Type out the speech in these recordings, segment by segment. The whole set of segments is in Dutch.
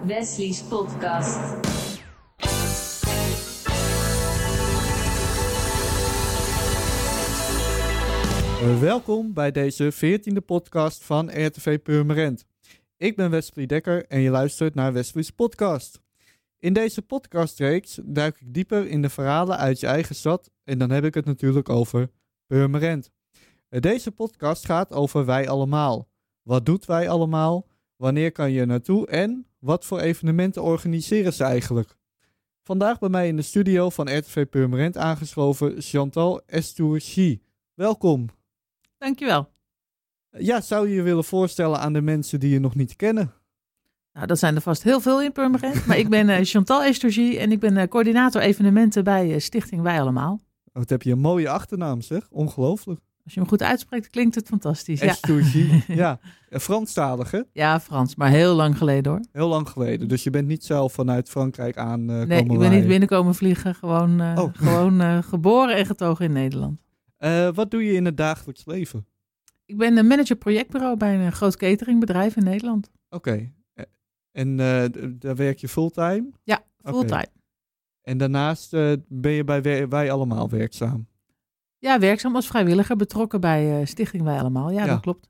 Wesley's podcast. Welkom bij deze 14e podcast van RTV Purmerend. Ik ben Wesley Dekker en je luistert naar Wesley's podcast. In deze podcastreeks duik ik dieper in de verhalen uit je eigen stad en dan heb ik het natuurlijk over Purmerend. Deze podcast gaat over Wij Allemaal. Wat doet Wij Allemaal? Wanneer kan je er naartoe en wat voor evenementen organiseren ze eigenlijk? Vandaag bij mij in de studio van RTV Purmerend aangeschoven Chantal Estourgie. Welkom. Dankjewel. Ja, zou je je willen voorstellen aan de mensen die je nog niet kennen? Nou, dat zijn er vast heel veel in Purmerend. Maar ik ben Chantal Estourgie en ik ben coördinator evenementen bij Stichting Wij Allemaal. Wat heb je een mooie achternaam, zeg. Ongelooflijk. Als je hem goed uitspreekt, klinkt het fantastisch. Estourgie, ja. Franstalig, hè? Ja, Frans, maar heel lang geleden hoor. Heel lang geleden. Dus je bent niet zelf vanuit Frankrijk aan Nee, komen ik ben waaien. niet binnenkomen vliegen. Gewoon geboren en getogen in Nederland. Wat doe je in het dagelijks leven? Ik ben manager projectbureau bij een groot cateringbedrijf in Nederland. Oké. En daar werk je fulltime? Ja, fulltime. Okay. En daarnaast ben je bij Wij Allemaal werkzaam? Ja, werkzaam als vrijwilliger, betrokken bij Stichting Wij Allemaal. Ja, dat klopt.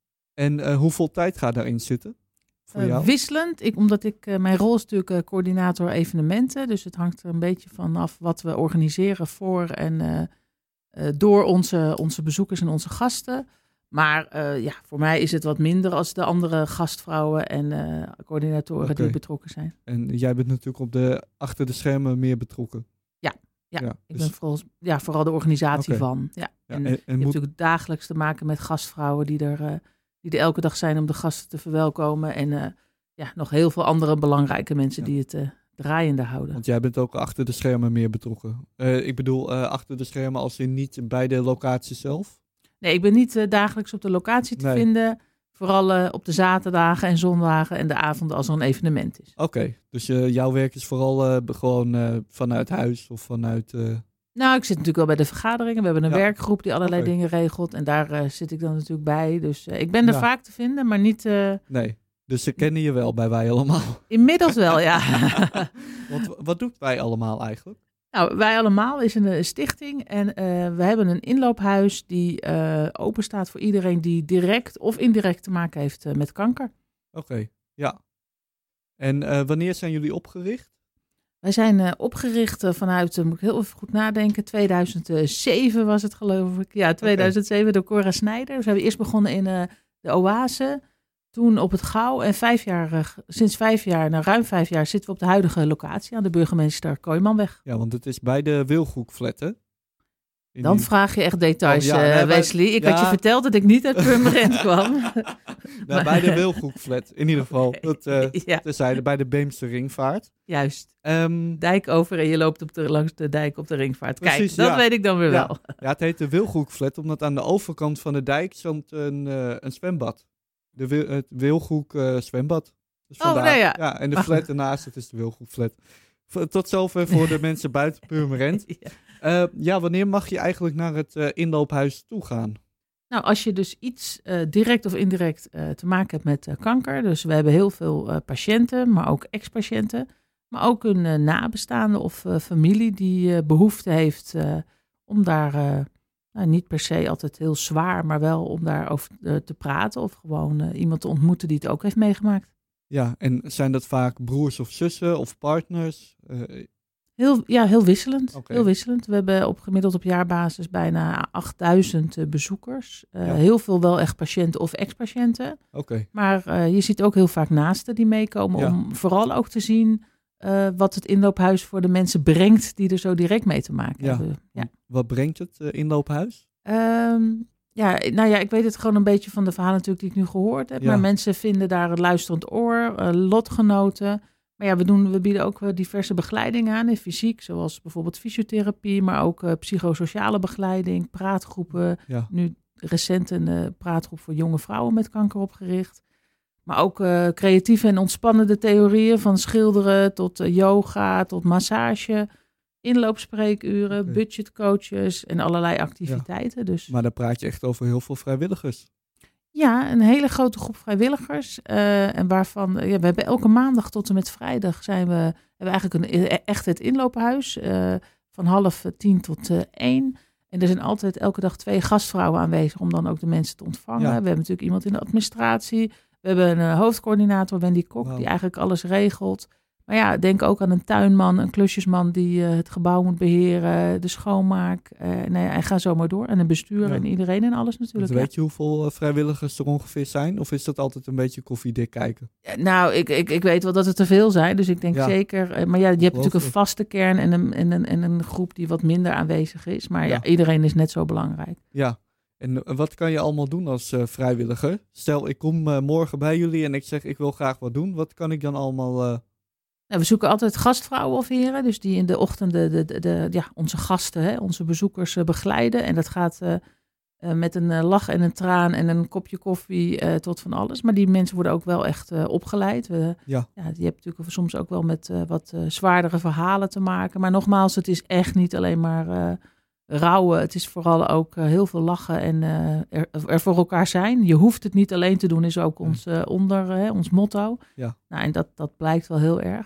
En hoeveel tijd gaat daarin zitten voor jou? Wisselend, omdat mijn rol is natuurlijk coördinator evenementen. Dus het hangt er een beetje vanaf wat we organiseren voor en door onze bezoekers en onze gasten. Maar voor mij is het wat minder als de andere gastvrouwen en coördinatoren die betrokken zijn. En jij bent natuurlijk achter de schermen meer betrokken. Ja, ik ben vooral de organisatie van. Ja. En je hebt natuurlijk dagelijks te maken met gastvrouwen die er elke dag zijn om de gasten te verwelkomen. En nog heel veel andere belangrijke mensen die het draaiende houden. Want jij bent ook achter de schermen meer betrokken. Ik bedoel, achter de schermen als in niet bij de locatie zelf? Nee, ik ben niet dagelijks op de locatie te vinden. Vooral op de zaterdagen en zondagen en de avonden als er een evenement is. Oké, dus jouw werk is vooral gewoon vanuit huis of vanuit... Nou, ik zit natuurlijk wel bij de vergaderingen. We hebben een werkgroep die allerlei dingen regelt. En daar zit ik dan natuurlijk bij. Dus ik ben er vaak te vinden, maar niet... Nee, dus ze kennen je wel bij Wij Allemaal. Inmiddels wel, ja. Want wat doet Wij Allemaal eigenlijk? Nou, Wij Allemaal is een stichting en we hebben een inloophuis die open staat voor iedereen die direct of indirect te maken heeft met kanker. Oké, ja. En wanneer zijn jullie opgericht? Wij zijn opgericht vanuit, moet ik heel even goed nadenken, 2007 was het geloof ik. Ja, 2007 door Cora Snijder. Dus we hebben eerst begonnen in de Oase, toen op het Gouw en sinds ruim 5 jaar zitten we op de huidige locatie aan de Burgemeester Kooijmanweg. Ja, want het is bij de Wilgoekflat, hè? Dan vraag je echt details, Wesley. Ik had je verteld dat ik niet uit Purmerend kwam. Bij de Wilgoekflat, in ieder geval. Terzijde, bij de Beemster Ringvaart. Juist. Dijk over en je loopt langs de dijk op de Ringvaart. Precies, kijk, dat weet ik dan weer wel. Ja, het heet de Wilgoekflat, omdat aan de overkant van de dijk stond een zwembad. Het Wilgoek zwembad. Dus ja, en de flat ernaast, het is de Wilgoekflat. Tot zover voor de mensen buiten Purmerend. Wanneer mag je eigenlijk naar het inloophuis toe gaan? Nou, als je dus iets direct of indirect te maken hebt met kanker. Dus we hebben heel veel patiënten, maar ook ex-patiënten. Maar ook een nabestaande of familie die behoefte heeft om daar... niet per se altijd heel zwaar, maar wel om daarover te praten. Of gewoon iemand te ontmoeten die het ook heeft meegemaakt. Ja, en zijn dat vaak broers of zussen of partners? Heel wisselend. Heel wisselend. We hebben gemiddeld op jaarbasis bijna 8000 bezoekers. Heel veel wel echt patiënten of ex-patiënten. Maar je ziet ook heel vaak naasten die meekomen om vooral ook te zien wat het inloophuis voor de mensen brengt die er zo direct mee te maken hebben. Ja. Wat brengt het inloophuis? Ik weet het gewoon een beetje van de verhalen natuurlijk die ik nu gehoord heb. Ja. Maar mensen vinden daar een luisterend oor, lotgenoten. Maar ja, we bieden ook diverse begeleiding aan in fysiek, zoals bijvoorbeeld fysiotherapie, maar ook psychosociale begeleiding, praatgroepen. Ja. Nu recent een praatgroep voor jonge vrouwen met kanker opgericht. Maar ook creatieve en ontspannende theorieën, van schilderen tot yoga, tot massage, inloopspreekuren, budgetcoaches en allerlei activiteiten. Ja. Dus. Maar dan praat je echt over heel veel vrijwilligers. Ja, een hele grote groep vrijwilligers. En waarvan we hebben elke maandag tot en met vrijdag hebben we eigenlijk echt het inloophuis. Van 9:30 tot 1. En er zijn altijd elke dag 2 gastvrouwen aanwezig om dan ook de mensen te ontvangen. Ja. We hebben natuurlijk iemand in de administratie. We hebben een hoofdcoördinator, Wendy Kok, die eigenlijk alles regelt. Maar ja, denk ook aan een tuinman, een klusjesman die het gebouw moet beheren, de schoonmaak. En ga zo maar door. En een bestuur en iedereen en alles natuurlijk. Weet je hoeveel vrijwilligers er ongeveer zijn? Of is dat altijd een beetje koffiedik kijken? Nou, ik weet wel dat het te veel zijn. Dus ik denk zeker. Maar ja, je hebt natuurlijk een vaste kern en een groep die wat minder aanwezig is. Maar iedereen is net zo belangrijk. Ja. En wat kan je allemaal doen als vrijwilliger? Stel, ik kom morgen bij jullie en ik zeg ik wil graag wat doen. Wat kan ik dan allemaal... We zoeken altijd gastvrouwen of heren, dus die in de ochtend onze gasten, onze bezoekers begeleiden. En dat gaat met een lach en een traan en een kopje koffie tot van alles. Maar die mensen worden ook wel echt opgeleid. Je hebt natuurlijk soms ook wel met wat zwaardere verhalen te maken. Maar nogmaals, het is echt niet alleen maar rouwen. Het is vooral ook heel veel lachen en er voor elkaar zijn. Je hoeft het niet alleen te doen, is ook ons motto. Ja. Nou, en dat blijkt wel heel erg.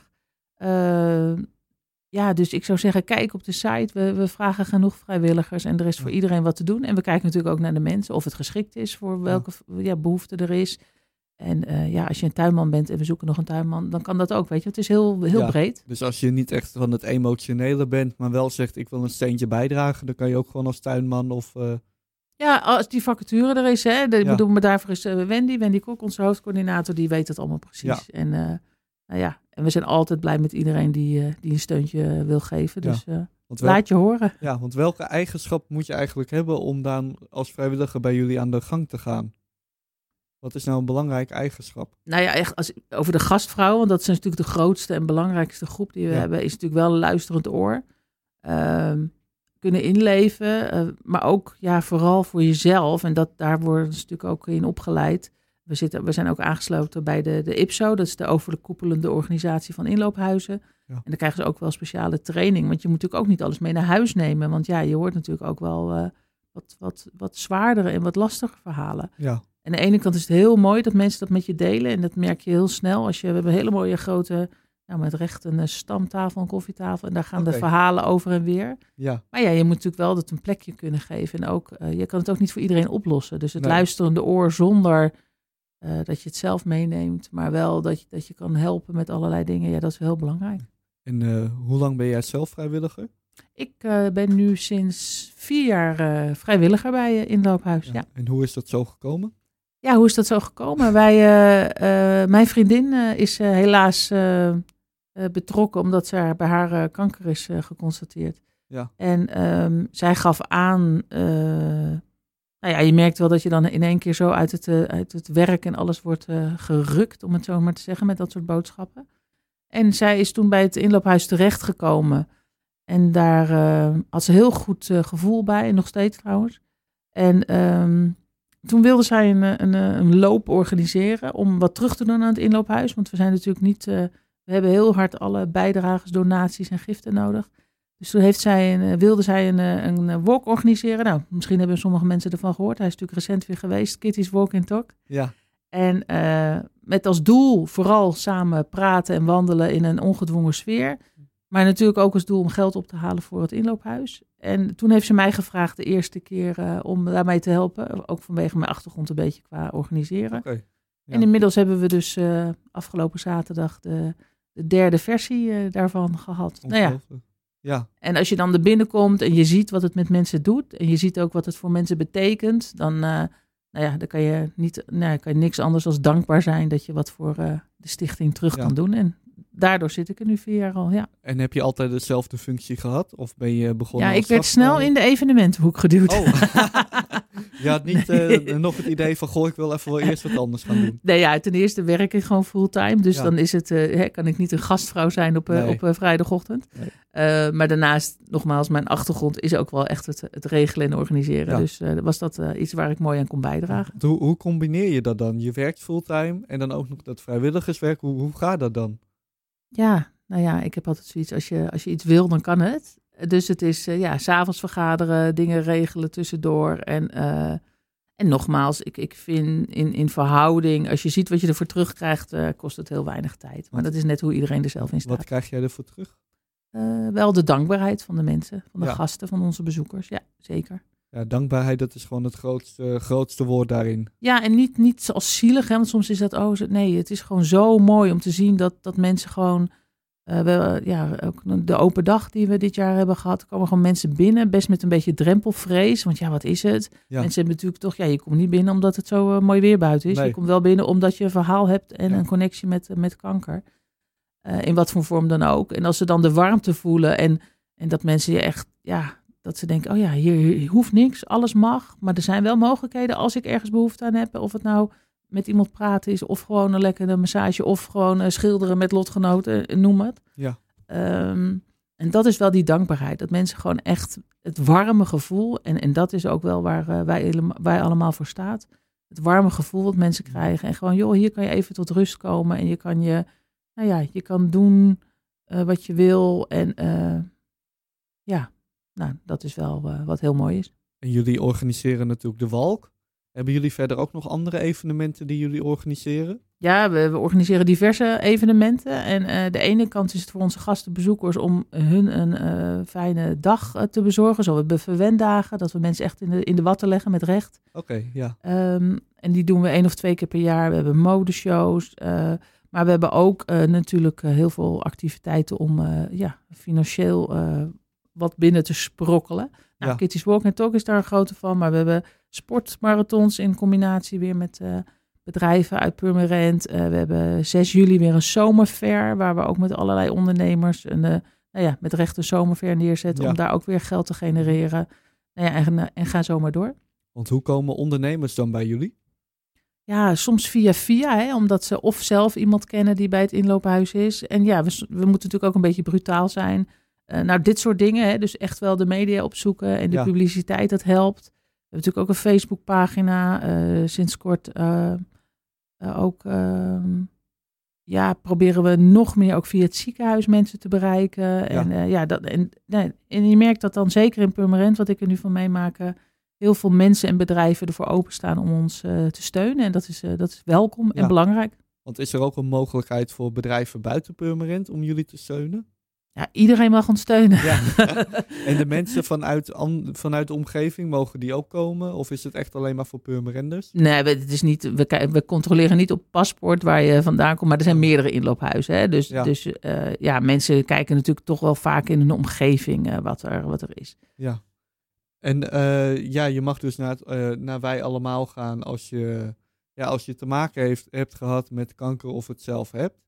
Dus ik zou zeggen, kijk op de site. We vragen genoeg vrijwilligers en er is voor iedereen wat te doen. En we kijken natuurlijk ook naar de mensen, of het geschikt is voor welke behoefte er is. En als je een tuinman bent en we zoeken nog een tuinman, dan kan dat ook, weet je. Het is heel breed. Dus als je niet echt van het emotionele bent, maar wel zegt ik wil een steentje bijdragen, dan kan je ook gewoon als tuinman of... Ja, als die vacature er is, hè. Bedoel, maar daarvoor is Wendy Kok, onze hoofdcoördinator, die weet het allemaal precies. Ja. En we zijn altijd blij met iedereen die een steuntje wil geven. Dus laat je horen. Ja, want welke eigenschap moet je eigenlijk hebben om dan als vrijwilliger bij jullie aan de gang te gaan? Wat is nou een belangrijke eigenschap? Nou ja, echt over de gastvrouwen, want dat is natuurlijk de grootste en belangrijkste groep die we hebben, is natuurlijk wel een luisterend oor. Kunnen inleven, maar ook vooral voor jezelf. En daar worden ze natuurlijk ook in opgeleid. We zijn ook aangesloten bij de IPSO, dat is de overkoepelende organisatie van inloophuizen. Ja. En dan krijgen ze ook wel speciale training, want je moet natuurlijk ook niet alles mee naar huis nemen. Want je hoort natuurlijk ook wel wat zwaardere en wat lastiger verhalen. Ja. En aan de ene kant is het heel mooi dat mensen dat met je delen. En dat merk je heel snel. We hebben een hele mooie grote, met recht een stamtafel, een koffietafel. En daar gaan de verhalen over en weer. Ja. Maar je moet natuurlijk wel dat een plekje kunnen geven. En ook, je kan het ook niet voor iedereen oplossen. Dus het luisterende oor zonder... dat je het zelf meeneemt, maar wel dat je kan helpen met allerlei dingen. Ja, dat is wel heel belangrijk. En hoe lang ben jij zelf vrijwilliger? Ik ben nu sinds 4 jaar vrijwilliger bij Inloophuis. Ja. En hoe is dat zo gekomen? Ja, hoe is dat zo gekomen? Mijn vriendin is helaas betrokken omdat ze bij haar kanker is geconstateerd. Ja. En zij gaf aan... je merkt wel dat je dan in één keer zo uit het werk en alles wordt gerukt, om het zo maar te zeggen, met dat soort boodschappen. En zij is toen bij het inloophuis terechtgekomen. En daar had ze heel goed gevoel bij, en nog steeds trouwens. En toen wilde zij een loop organiseren om wat terug te doen aan het inloophuis. Want we zijn natuurlijk niet, we hebben heel hard alle bijdragers, donaties en giften nodig. Dus toen wilde zij een walk organiseren. Nou, misschien hebben sommige mensen ervan gehoord. Hij is natuurlijk recent weer geweest. Kitty's Walk and Talk. Ja. En met als doel vooral samen praten en wandelen in een ongedwongen sfeer. Maar natuurlijk ook als doel om geld op te halen voor het inloophuis. En toen heeft ze mij gevraagd de eerste keer om daarmee te helpen. Ook vanwege mijn achtergrond een beetje qua organiseren. Okay. Ja. En inmiddels hebben we dus afgelopen zaterdag de 3e versie daarvan gehad. Nou ja. Ja. En als je dan er binnenkomt en je ziet wat het met mensen doet... en je ziet ook wat het voor mensen betekent... dan kan je niks anders dan dankbaar zijn... dat je wat voor de stichting terug kan doen. En daardoor zit ik er nu 4 jaar al, ja. En heb je altijd dezelfde functie gehad? Of ben je begonnen ik werd snel in de evenementenhoek geduwd. Oh. Je had niet nog het idee van... ik wil even wel eerst wat anders gaan doen. Nee, ten eerste werk ik gewoon fulltime. Dus dan is het, kan ik niet een gastvrouw zijn op vrijdagochtend. Nee. Maar daarnaast, nogmaals, mijn achtergrond is ook wel echt het regelen en organiseren. Ja. Dus was dat iets waar ik mooi aan kon bijdragen. Hoe combineer je dat dan? Je werkt fulltime en dan ook nog dat vrijwilligerswerk. Hoe gaat dat dan? Ja, ik heb altijd zoiets, als je iets wil, dan kan het. Dus het is 's avonds vergaderen, dingen regelen tussendoor. En nogmaals, ik vind in verhouding, als je ziet wat je ervoor terugkrijgt, kost het heel weinig tijd. Maar dat is net hoe iedereen er zelf in staat. Wat krijg jij ervoor terug? Wel de dankbaarheid van de mensen, van de gasten, van onze bezoekers. Ja, zeker. Ja, dankbaarheid, dat is gewoon het grootste woord daarin. Ja, en niet als zielig, hè, want soms is dat, nee, het is gewoon zo mooi om te zien dat mensen gewoon, ook de open dag die we dit jaar hebben gehad, er komen gewoon mensen binnen, best met een beetje drempelvrees, want wat is het? Ja. Mensen hebben natuurlijk toch, je komt niet binnen omdat het zo mooi weer buiten is. Nee. Je komt wel binnen omdat je een verhaal hebt en een connectie met kanker. In wat voor vorm dan ook. En als ze dan de warmte voelen en dat mensen je echt, dat ze denken, hier hoeft niks, alles mag. Maar er zijn wel mogelijkheden als ik ergens behoefte aan heb. Of het nou met iemand praten is, of gewoon een lekkere massage, of gewoon schilderen met lotgenoten, noem het. Ja. En dat is wel die dankbaarheid. Dat mensen gewoon echt het warme gevoel, en dat is ook wel waar wij allemaal voor staan. Het warme gevoel wat mensen krijgen. En gewoon, hier kan je even tot rust komen. En je kan je kan doen wat je wil. En dat is wel wat heel mooi is. En jullie organiseren natuurlijk de Walk. Hebben jullie verder ook nog andere evenementen die jullie organiseren? Ja, we organiseren diverse evenementen. En de ene kant is het voor onze gastenbezoekers om hun een fijne dag te bezorgen. Zo hebben we verwenddagen, dat we mensen echt in de watten leggen met recht. Oké, ja. En die doen we 1 of 2 keer per jaar. We hebben modeshows. Maar we hebben ook natuurlijk heel veel activiteiten om financieel wat binnen te sprokkelen. Nou, Kitty's Walk and Talk is daar een grote van. Maar we hebben sportmarathons in combinatie weer met bedrijven uit Purmerend. We hebben 6 juli weer een zomerfair, waar we ook met allerlei ondernemers met recht een zomerfair neerzetten. Om daar ook weer geld te genereren. En ga zo maar door. Want hoe komen ondernemers dan bij jullie? Ja, soms via, hè, omdat ze of zelf iemand kennen die bij het inloophuis is. En we moeten natuurlijk ook een beetje brutaal zijn. Dit soort dingen, hè, dus echt wel de media opzoeken en de publiciteit, dat helpt. We hebben natuurlijk ook een Facebookpagina, sinds kort proberen we nog meer ook via het ziekenhuis mensen te bereiken. Ja. En je merkt dat dan zeker in Purmerend, wat ik er nu van meemaken, heel veel mensen en bedrijven ervoor openstaan om ons te steunen. En dat is welkom en belangrijk. Want is er ook een mogelijkheid voor bedrijven buiten Purmerend om jullie te steunen? Ja, iedereen mag ons steunen. Ja. En de mensen vanuit de omgeving, mogen die ook komen? Of is het echt alleen maar voor Purmerenders? Nee, het is niet, we controleren niet op paspoort waar je vandaan komt. Maar er zijn meerdere inloophuizen. Hè? Dus mensen kijken natuurlijk toch wel vaak in hun omgeving wat er is. Ja. En je mag dus naar Wij Allemaal gaan als je te maken hebt gehad met kanker of het zelf hebt.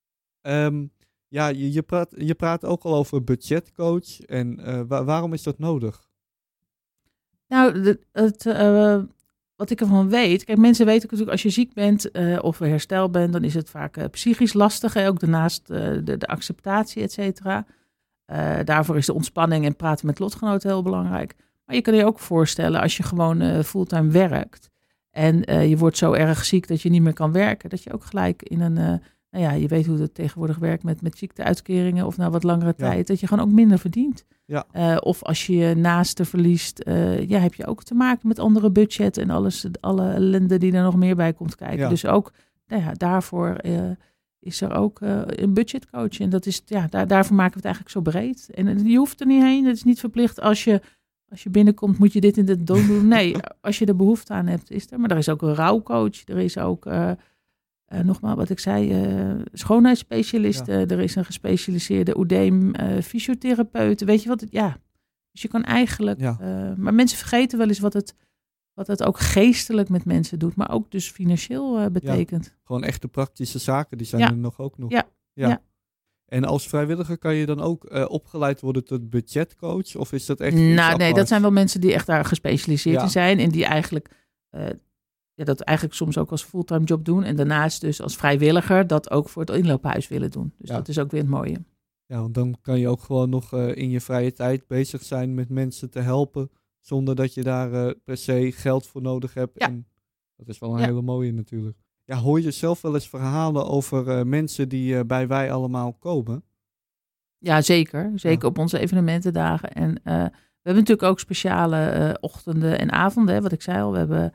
Je praat ook al over budgetcoach. En waarom is dat nodig? Nou, wat ik ervan weet. Kijk, mensen weten natuurlijk als je ziek bent of herstel bent, dan is het vaak psychisch lastig. Hè? Ook daarnaast de acceptatie, et cetera. Daarvoor is de ontspanning en praten met lotgenoten heel belangrijk. Maar je kan je ook voorstellen als je gewoon fulltime werkt. En je wordt zo erg ziek dat je niet meer kan werken. Dat je ook gelijk in een... je weet hoe het tegenwoordig werkt met ziekteuitkeringen of wat langere tijd. Dat je gewoon ook minder verdient. Ja. Of als je je naasten verliest, heb je ook te maken met andere budgetten en alle ellende die er nog meer bij komt kijken. Ja. Dus ook daarvoor is er ook een budgetcoach. En dat is, daarvoor maken we het eigenlijk zo breed. En je hoeft er niet heen. Het is niet verplicht als je binnenkomt, moet je dit en dit doen. Nee, als je er behoefte aan hebt, is er. Maar er is ook een rouwcoach. Er is ook... nogmaals, wat ik zei, schoonheidsspecialisten. Ja. Er is een gespecialiseerde oedeem fysiotherapeut. Weet je wat het... Ja, dus je kan eigenlijk... maar mensen vergeten wel eens wat het ook geestelijk met mensen doet. Maar ook dus financieel betekent. Ja, gewoon echt de praktische zaken, die zijn er nog. Ja. En als vrijwilliger kan je dan ook opgeleid worden tot budgetcoach? Of is dat echt nee, dat zijn wel mensen die echt daar gespecialiseerd in zijn. En die eigenlijk... dat eigenlijk soms ook als fulltime job doen. En daarnaast dus als vrijwilliger dat ook voor het inloophuis willen doen. Dus dat is ook weer het mooie. Ja, want dan kan je ook gewoon nog in je vrije tijd bezig zijn met mensen te helpen. Zonder dat je daar per se geld voor nodig hebt. Ja. En dat is wel een hele mooie natuurlijk. Ja, hoor je zelf wel eens verhalen over mensen die bij Wij Allemaal komen? Ja, zeker. Zeker op onze evenementendagen. En we hebben natuurlijk ook speciale ochtenden en avonden. Hè, wat ik zei al, we hebben...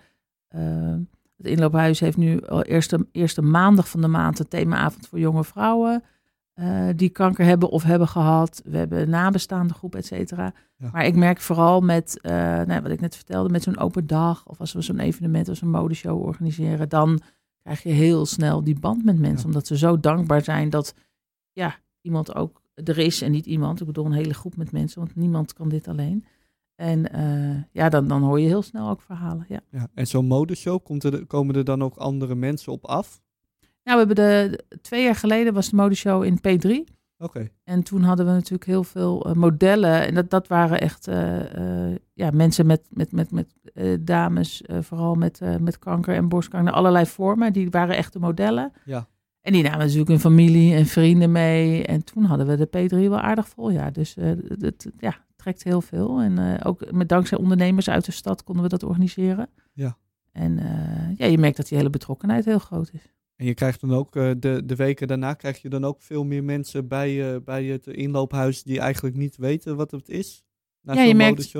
Het inloophuis heeft nu al eerste maandag van de maand een themaavond voor jonge vrouwen die kanker hebben of hebben gehad. We hebben een nabestaande groep, et cetera. Ja. Maar ik merk vooral met, wat ik net vertelde, met zo'n open dag of als we zo'n evenement als een modeshow organiseren, dan krijg je heel snel die band met mensen. Omdat ze zo dankbaar zijn dat iemand ook er is en niet iemand. Ik bedoel een hele groep met mensen, want niemand kan dit alleen. En dan hoor je heel snel ook verhalen. Ja. Ja, en zo'n modeshow, komen er dan ook andere mensen op af? Nou, we hebben 2 jaar geleden was de modeshow in P3. Oké. En toen hadden we natuurlijk heel veel modellen. En dat waren echt mensen met dames, vooral met kanker en borstkanker, allerlei vormen. Die waren echte modellen. Ja. En die namen natuurlijk hun familie en vrienden mee. En toen hadden we de P3 wel aardig vol, ja. Dus het trekt heel veel. En ook dankzij ondernemers uit de stad konden we dat organiseren. Ja. En je merkt dat die hele betrokkenheid heel groot is. En je krijgt dan ook de weken daarna krijg je dan ook veel meer mensen bij het inloophuis die eigenlijk niet weten wat het is. Je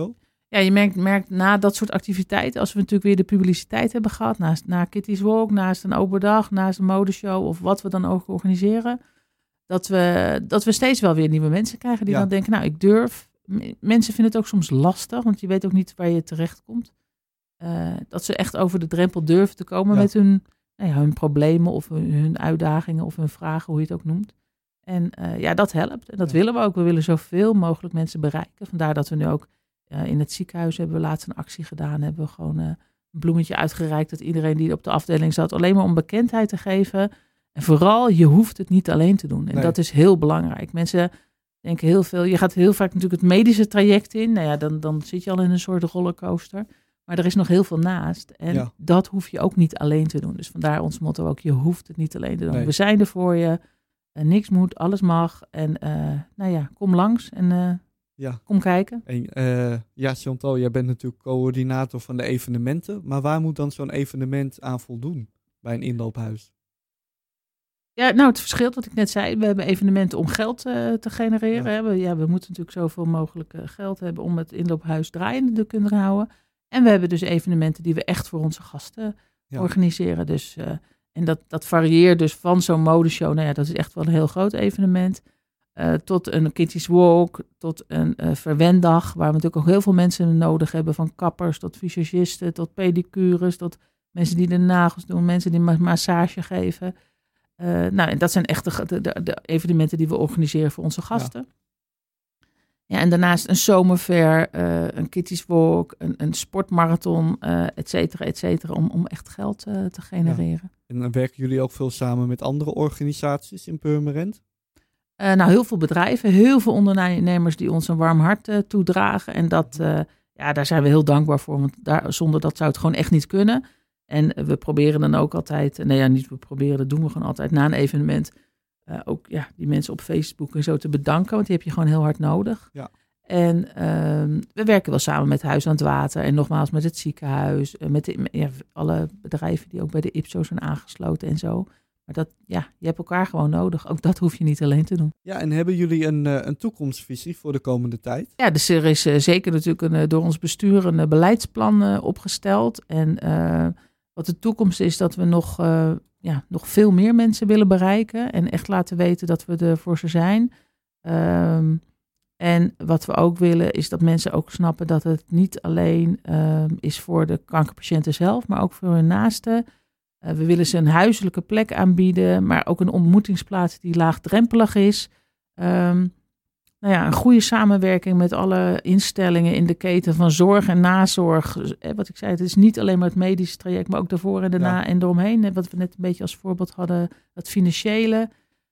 merkt na dat soort activiteiten, als we natuurlijk weer de publiciteit hebben gehad, na Kitty's Walk, naast een open dag, naast een modeshow of wat we dan ook organiseren, dat we steeds wel weer nieuwe mensen krijgen die dan denken, nou ik durf. Mensen vinden het ook soms lastig, want je weet ook niet waar je terecht komt. Dat ze echt over de drempel durven te komen met hun problemen of hun uitdagingen of hun vragen, hoe je het ook noemt. En dat helpt. En dat willen we ook. We willen zoveel mogelijk mensen bereiken. Vandaar dat we nu ook in het ziekenhuis hebben we laatst een actie gedaan. Hebben we gewoon een bloemetje uitgereikt dat iedereen die op de afdeling zat, alleen maar om bekendheid te geven. En vooral, je hoeft het niet alleen te doen. En dat is heel belangrijk. Mensen denken heel veel, je gaat heel vaak natuurlijk het medische traject in. Nou ja, dan zit je al in een soort rollercoaster. Maar er is nog heel veel naast. En dat hoef je ook niet alleen te doen. Dus vandaar ons motto ook, je hoeft het niet alleen te doen. Nee. We zijn er voor je. Niks moet, alles mag. En kom langs en kom kijken. En Chantal, jij bent natuurlijk coördinator van de evenementen. Maar waar moet dan zo'n evenement aan voldoen bij een inloophuis? Ja, nou het verschilt wat ik net zei. We hebben evenementen om geld te genereren. Ja. We moeten natuurlijk zoveel mogelijk geld hebben om het inloophuis draaiende te kunnen houden. En we hebben dus evenementen die we echt voor onze gasten organiseren. Dus, en dat varieert dus van zo'n modeshow. Nou ja, dat is echt wel een heel groot evenement. Tot een Kitty's Walk, tot een verwendag. Waar we natuurlijk ook heel veel mensen nodig hebben. Van kappers tot visagisten, tot pedicures. Tot mensen die de nagels doen. Mensen die massage geven. En dat zijn echt de evenementen die we organiseren voor onze gasten. Ja, en daarnaast een zomerfair, een Kitty's Walk, een sportmarathon, et cetera, om echt geld te genereren. Ja. En dan werken jullie ook veel samen met andere organisaties in Purmerend? Heel veel bedrijven, heel veel ondernemers die ons een warm hart toedragen. En daar zijn we heel dankbaar voor, want zonder dat zou het gewoon echt niet kunnen. En we proberen dan ook altijd, dat doen we gewoon altijd na een evenement, die mensen op Facebook en zo te bedanken, want die heb je gewoon heel hard nodig. Ja. En we werken wel samen met Huis aan het Water en nogmaals met het ziekenhuis, met alle bedrijven die ook bij de IPSO zijn aangesloten en zo. Maar je hebt elkaar gewoon nodig. Ook dat hoef je niet alleen te doen. Ja, en hebben jullie een toekomstvisie voor de komende tijd? Ja, dus er is zeker natuurlijk door ons bestuur een beleidsplan opgesteld. En wat de toekomst is, dat we nog veel meer mensen willen bereiken. En echt laten weten dat we er voor ze zijn. En wat we ook willen, is dat mensen ook snappen dat het niet alleen is voor de kankerpatiënten zelf, maar ook voor hun naasten. We willen ze een huiselijke plek aanbieden, maar ook een ontmoetingsplaats die laagdrempelig is. Een goede samenwerking met alle instellingen in de keten van zorg en nazorg. Wat ik zei, het is niet alleen maar het medische traject, maar ook daarvoor en daarna en eromheen. Wat we net een beetje als voorbeeld hadden, het financiële.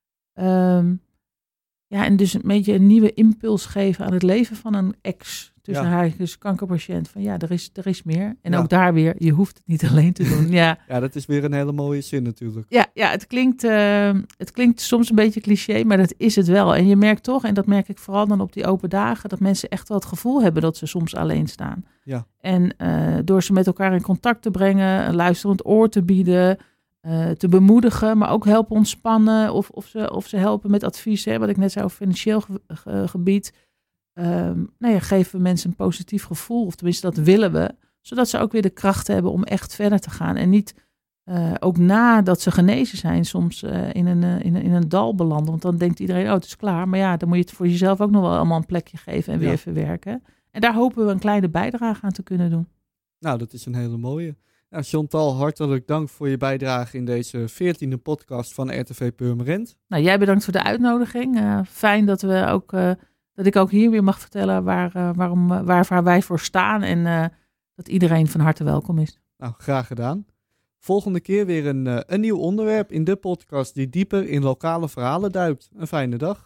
En dus een beetje een nieuwe impuls geven aan het leven van een tussen haakjes kankerpatiënt. Van er is meer. En ook daar weer, je hoeft het niet alleen te doen. Ja, dat is weer een hele mooie zin natuurlijk. Ja, het klinkt soms een beetje cliché, maar dat is het wel. En je merkt toch, en dat merk ik vooral dan op die open dagen, dat mensen echt wel het gevoel hebben dat ze soms alleen staan. Ja. En door ze met elkaar in contact te brengen, een luisterend oor te bieden, te bemoedigen, maar ook helpen ontspannen of ze helpen met advies, wat ik net zei over financieel gebied. Geven we mensen een positief gevoel, of tenminste dat willen we, Zodat ze ook weer de kracht hebben om echt verder te gaan. En niet ook nadat ze genezen zijn soms in een dal belanden. Want dan denkt iedereen, het is klaar. Maar ja, dan moet je het voor jezelf ook nog wel allemaal een plekje geven en weer verwerken. En daar hopen we een kleine bijdrage aan te kunnen doen. Nou, dat is een hele mooie. Nou, Chantal, hartelijk dank voor je bijdrage in deze 14e podcast van RTV Purmerend. Nou, jij bedankt voor de uitnodiging. Fijn dat dat ik ook hier weer mag vertellen waar wij voor staan. En dat iedereen van harte welkom is. Nou, graag gedaan. Volgende keer weer een nieuw onderwerp in de podcast die dieper in lokale verhalen duikt. Een fijne dag.